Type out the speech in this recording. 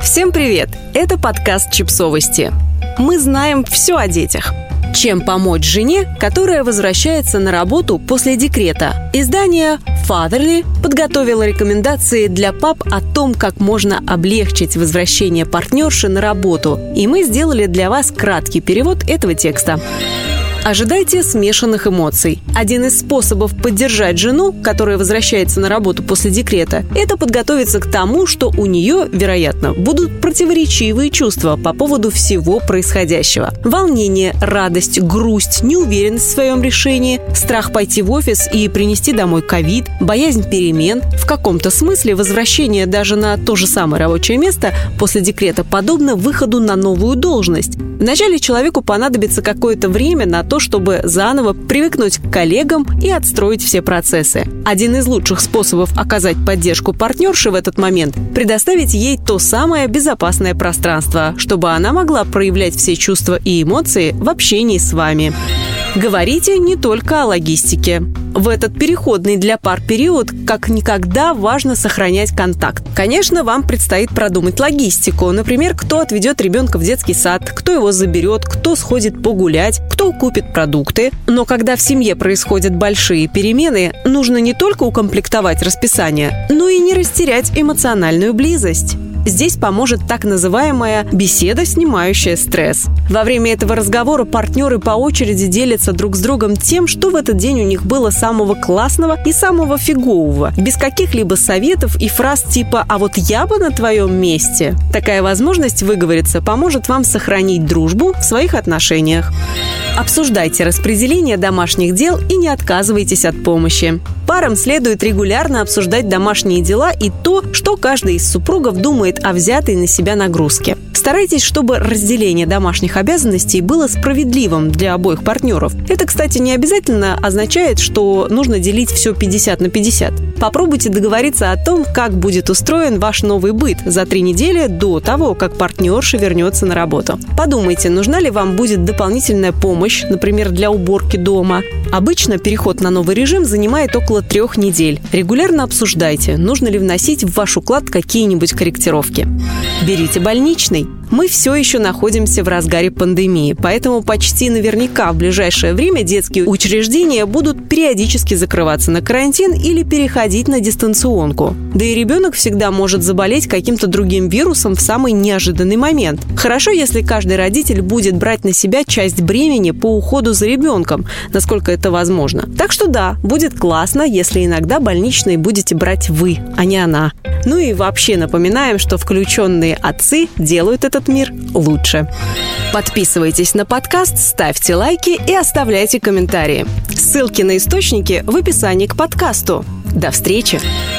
Всем привет! Это подкаст «Чипсовости». Мы знаем все о детях. Чем помочь жене, которая возвращается на работу после декрета? Издание Fatherly подготовило рекомендации для пап о том, как можно облегчить возвращение партнерши на работу. И мы сделали для вас краткий перевод этого текста. Ожидайте смешанных эмоций. Один из способов поддержать жену, которая возвращается на работу после декрета, это подготовиться к тому, что у нее, вероятно, будут противоречивые чувства по поводу всего происходящего. Волнение, радость, грусть, неуверенность в своем решении, страх пойти в офис и принести домой ковид, боязнь перемен. В каком-то смысле возвращение даже на то же самое рабочее место после декрета подобно выходу на новую должность. Вначале человеку понадобится какое-то время на то, чтобы заново привыкнуть к коллегам и отстроить все процессы. Один из лучших способов оказать поддержку партнерше в этот момент – предоставить ей то самое безопасное пространство, чтобы она могла проявлять все чувства и эмоции в общении с вами. Говорите не только о логистике. В этот переходный для пар период как никогда важно сохранять контакт. Конечно, вам предстоит продумать логистику. Например, кто отведет ребенка в детский сад, кто его заберет, кто сходит погулять, кто купит продукты. Но когда в семье происходят большие перемены, нужно не только укомплектовать расписание, но и не растерять эмоциональную близость. Здесь поможет так называемая беседа, снимающая стресс. Во время этого разговора партнеры по очереди делятся друг с другом тем, что в этот день у них было самого классного и самого фигового, без каких-либо советов и фраз типа «а вот я бы на твоем месте». Такая возможность выговориться поможет вам сохранить дружбу в своих отношениях. Обсуждайте распределение домашних дел и не отказывайтесь от помощи. Парам следует регулярно обсуждать домашние дела и то, что каждый из супругов думает о взятой на себя нагрузке. Старайтесь, чтобы разделение домашних обязанностей было справедливым для обоих партнеров. Это, кстати, не обязательно означает, что нужно делить все 50 на 50. Попробуйте договориться о том, как будет устроен ваш новый быт за 3 недели до того, как партнерша вернется на работу. Подумайте, нужна ли вам будет дополнительная помощь, например, для уборки дома. Обычно переход на новый режим занимает около 3 недель. Регулярно обсуждайте, нужно ли вносить в ваш уклад какие-нибудь корректировки. Берите больничный. Мы все еще находимся в разгаре пандемии, поэтому почти наверняка в ближайшее время детские учреждения будут периодически закрываться на карантин или переходить на дистанционку. Да и ребенок всегда может заболеть каким-то другим вирусом в самый неожиданный момент. Хорошо, если каждый родитель будет брать на себя часть бремени по уходу за ребенком, насколько это возможно. Так что да, будет классно, если иногда больничные будете брать вы, а не она. Ну и вообще напоминаем, что включенные отцы делают этот мир лучше. Подписывайтесь на подкаст, ставьте лайки и оставляйте комментарии. Ссылки на источники в описании к подкасту. До встречи!